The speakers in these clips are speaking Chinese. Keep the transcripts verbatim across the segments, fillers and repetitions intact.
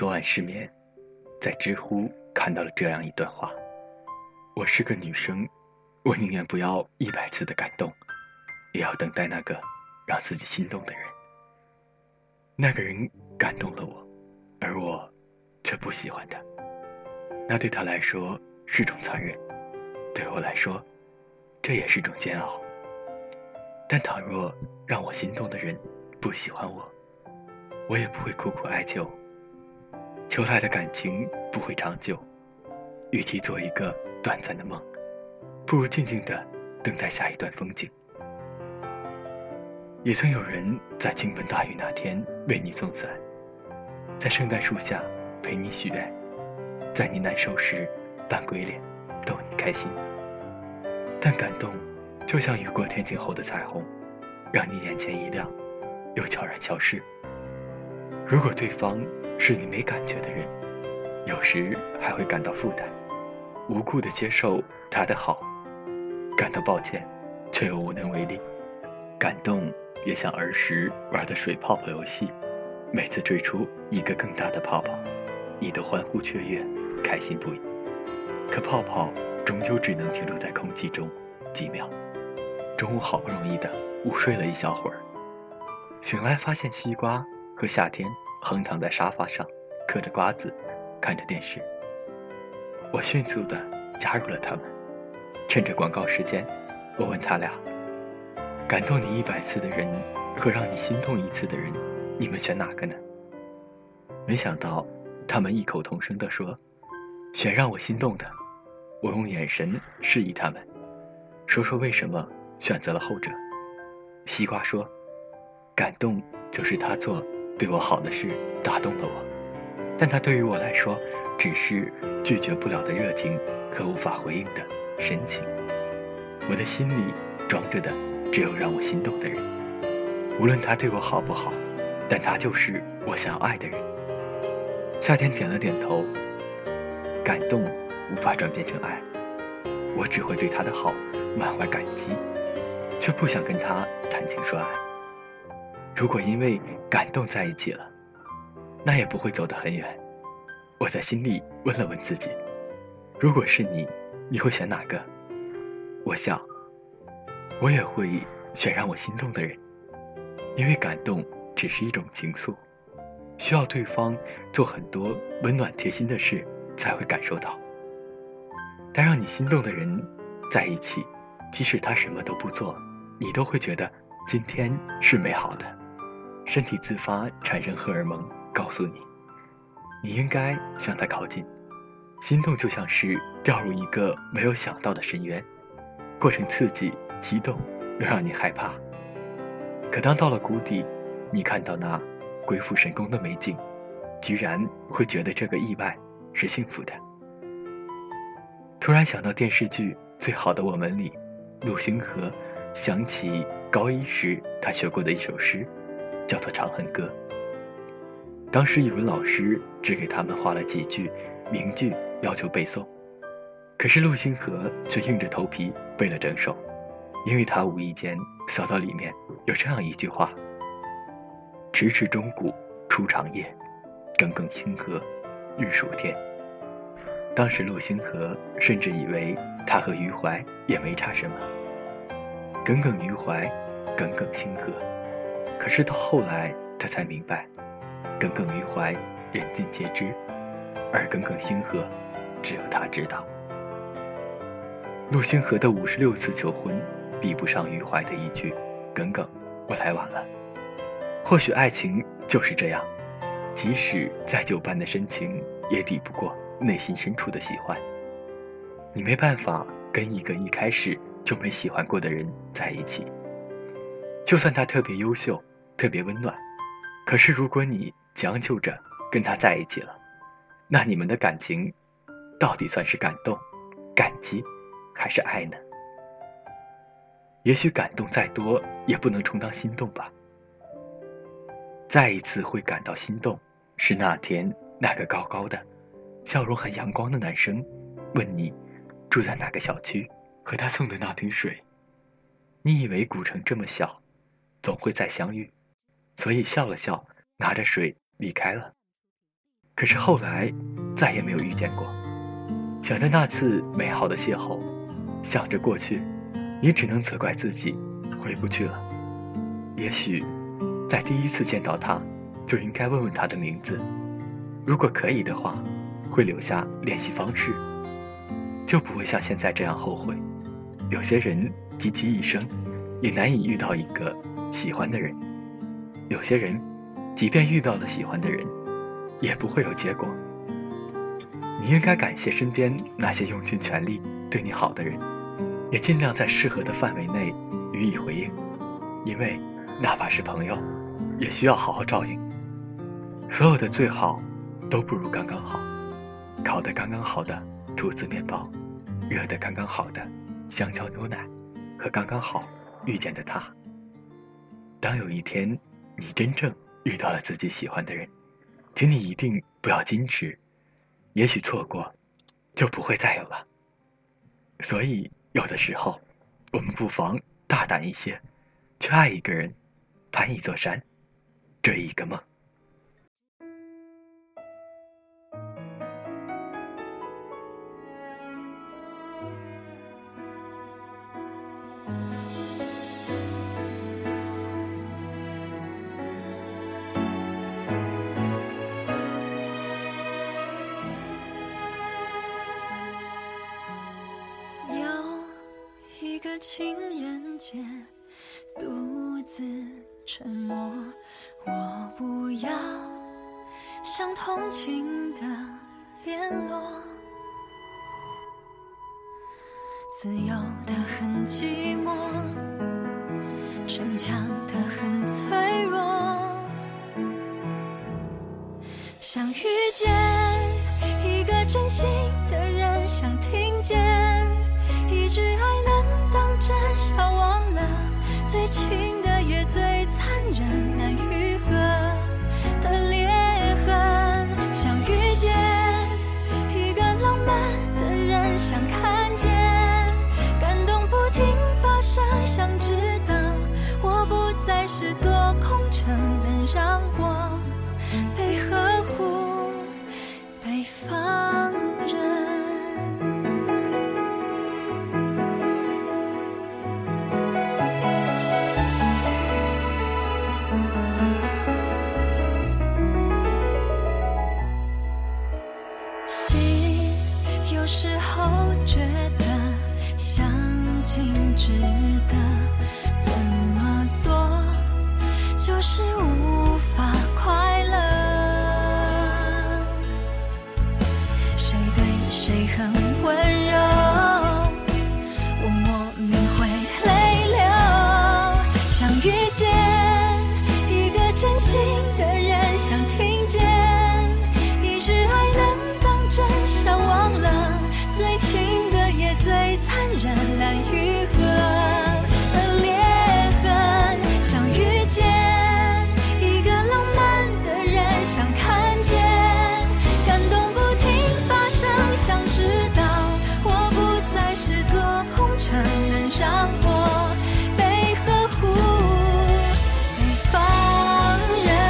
昨晚失眠，在知乎看到了这样一段话：我是个女生，我宁愿不要一百次的感动，也要等待那个让自己心动的人。那个人感动了我，而我却不喜欢他。那对他来说是种残忍，对我来说，这也是种煎熬。但倘若让我心动的人不喜欢我，我也不会苦苦哀求。求来的感情不会长久，与其做一个短暂的梦，不如静静地等待下一段风景。也曾有人在倾盆大雨那天为你送伞，在圣诞树下陪你许愿，在你难受时扮鬼脸逗你开心。但感动就像雨过天晴后的彩虹，让你眼前一亮，又悄然消失。如果对方是你没感觉的人，有时还会感到负担，无故地接受他的好，感到抱歉，却又无能为力。感动也像儿时玩的水泡泡游戏，每次追出一个更大的泡泡，你都欢呼雀跃，开心不已。可泡泡终究只能停留在空气中几秒。中午好不容易的午睡了一小会儿，醒来发现西瓜和夏天横躺在沙发上，嗑着瓜子，看着电视。我迅速地加入了他们，趁着广告时间，我问他俩：感动你一百次的人和让你心动一次的人，你们选哪个呢？没想到他们异口同声地说：选让我心动的。我用眼神示意他们，说说为什么选择了后者。西瓜说：感动就是他做对我好的事打动了我，但他对于我来说只是拒绝不了的热情和无法回应的深情。我的心里装着的只有让我心动的人，无论他对我好不好，但他就是我想要爱的人。夏天点了点头，感动无法转变成爱，我只会对他的好满怀感激，却不想跟他谈情说爱。如果因为感动在一起了，那也不会走得很远。我在心里问了问自己，如果是你，你会选哪个？我想，我也会选让我心动的人，因为感动只是一种情愫，需要对方做很多温暖贴心的事才会感受到。但让你心动的人在一起，即使他什么都不做，你都会觉得今天是美好的。身体自发产生荷尔蒙，告诉你你应该向他靠近。心动就像是掉入一个没有想到的深渊，过程刺激激动，又让你害怕。可当到了谷底，你看到那鬼斧神工的美景，居然会觉得这个意外是幸福的。突然想到电视剧《最好的我们》里，陆星河想起高一时他学过的一首诗，叫做《长恨歌》。当时语文老师只给他们画了几句名句，要求背诵，可是陆星河却硬着头皮背了整首，因为他无意间扫到里面有这样一句话：迟迟钟鼓初长夜，耿耿星河欲曙天。当时陆星河甚至以为他和余淮也没差什么，耿耿于怀，耿耿星河。可是到后来他才明白，耿耿于怀人尽皆知，而耿耿星河只有他知道。陆星河的五十六次求婚比不上余淮的一句耿耿我来晚了。或许爱情就是这样，即使再久伴的深情也抵不过内心深处的喜欢。你没办法跟一个一开始就没喜欢过的人在一起，就算他特别优秀特别温暖，可是如果你将就着跟他在一起了，那你们的感情到底算是感动感激还是爱呢？也许感动再多也不能充当心动吧。再一次会感到心动，是那天那个高高的笑容很阳光的男生问你住在哪个小区，和他送的那瓶水。你以为古城这么小，总会再相遇，所以笑了笑，拿着水离开了。 可是后来再也没有遇见过。想着那次美好的邂逅，想着过去，你只能责怪自己回不去了。也许在第一次见到他就应该问问他的名字，如果可以的话，会留下联系方式，就不会像现在这样后悔。有些人积极一生也难以遇到一个喜欢的人，有些人即便遇到了喜欢的人也不会有结果。你应该感谢身边那些用尽全力对你好的人，也尽量在适合的范围内予以回应，因为哪怕是朋友也需要好好照应。所有的最好都不如刚刚好，烤得刚刚好的吐司面包，热得刚刚好的香蕉牛奶，和刚刚好遇见的他。当有一天你真正遇到了自己喜欢的人，请你一定不要矜持，也许错过就不会再有了。所以有的时候我们不妨大胆一些，去爱一个人，攀一座山，追一个梦。 一个情人节，独自沉默，我不要像同情的联络，自由的很寂寞，逞强的很脆弱，想遇见一个真心的人，想听见一句爱能当真，想忘了最亲的也最残忍难愈合的裂痕，想遇见一个浪漫的人，想看见感动不停发生，想知道我不再是座空城，能让我被呵护被放任。有时候觉得想静止的，怎么做就是无法快乐，谁对谁很温柔，我莫名会泪流，想遇见一个真心的人，想听见一句爱能当真，想忘了最亲的也最残忍难愈合的裂痕，想遇见一个浪漫的人，想看见感动不停发生，想知道我不再是座空城，能让我被呵护被放任。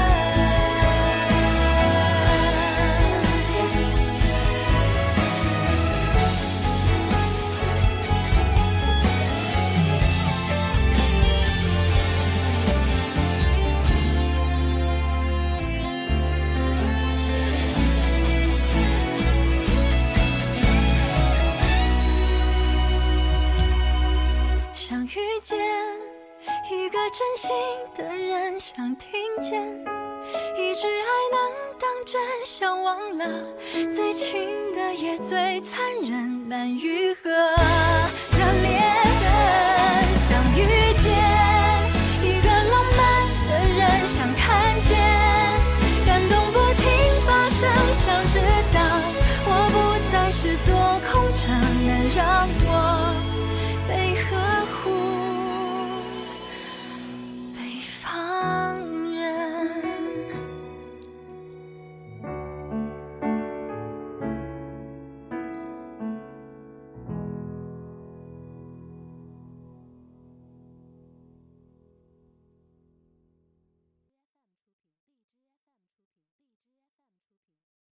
想遇见一个真心的人，想听见一句爱能当真，想忘了最亲的也最残忍难愈合